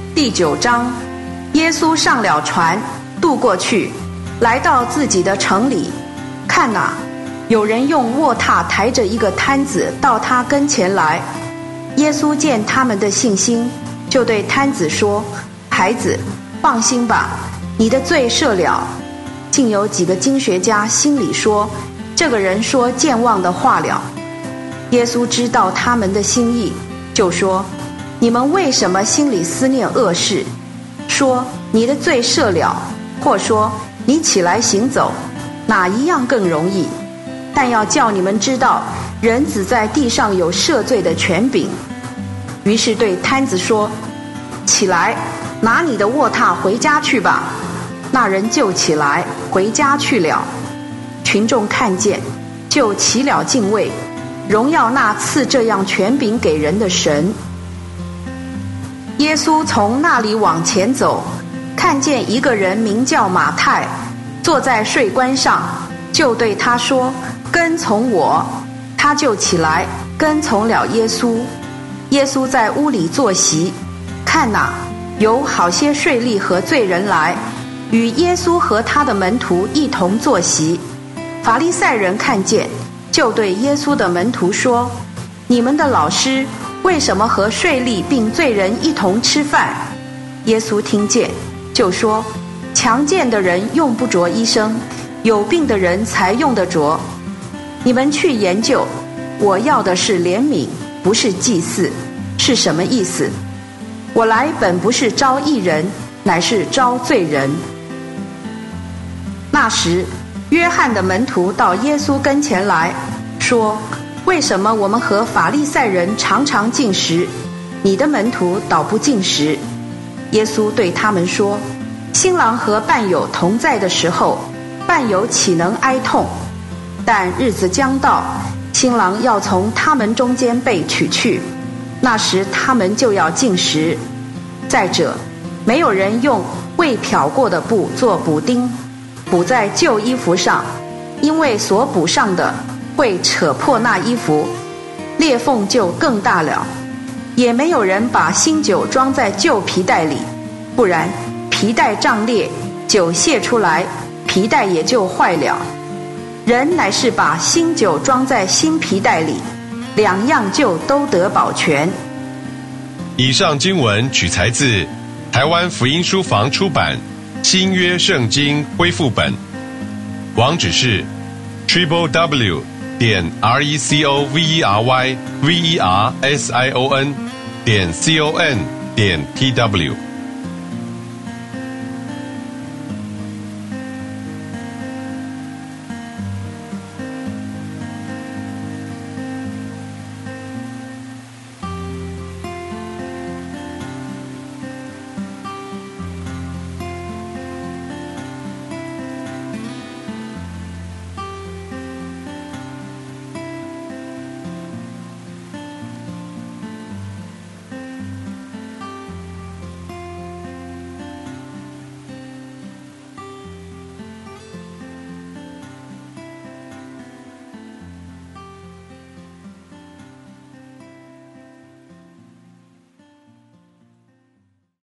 第9章，耶稣上了船，渡过去，来到自己的城里。看哪，有人用卧榻抬着一个摊子到他跟前来。耶稣见他们的信心，就对摊子说：孩子，放心吧，你的罪赦了。竟有几个经学家心里说，这个人说健忘的话了。耶稣知道他们的心意，就说：你们为什么心里思念恶事？说你的罪赦了，或说你起来行走，哪一样更容易？但要叫你们知道，人子在地上有赦罪的权柄。于是对摊子说：起来，拿你的卧榻回家去吧。那人就起来回家去了。群众看见，就起了敬畏，荣耀那赐这样权柄给人的神。耶稣从那里往前走，看见一个人名叫马太，坐在税关上，就对他说：跟从我。他就起来跟从了耶稣。耶稣在屋里坐席，看哪，有好些税吏和罪人来，与耶稣和他的门徒一同坐席。法利赛人看见，就对耶稣的门徒说：你们的老师为什么和税吏并罪人一同吃饭？耶稣听见，就说：强健的人用不着医生，有病的人才用得着。你们去研究，我要的是怜悯，不是祭祀。是什么意思？我来本不是招义人，乃是招罪人。那时，约翰的门徒到耶稣跟前来，说：为什么我们和法利赛人常常进食，你的门徒倒不进食？耶稣对他们说：新郎和伴友同在的时候，伴友岂能哀痛？但日子将到，新郎要从他们中间被取去，那时他们就要进食。再者，没有人用未漂过的布做补丁，补在旧衣服上，因为所补上的会扯破那衣服，裂缝就更大了。也没有人把新酒装在旧皮袋里，不然皮袋胀裂，酒泄出来，皮袋也就坏了。人乃是把新酒装在新皮袋里，两样就都得保全。 以上经文取材自台湾福音书房出版新约圣经恢复本，网址是 www.recoveryversion.com.tw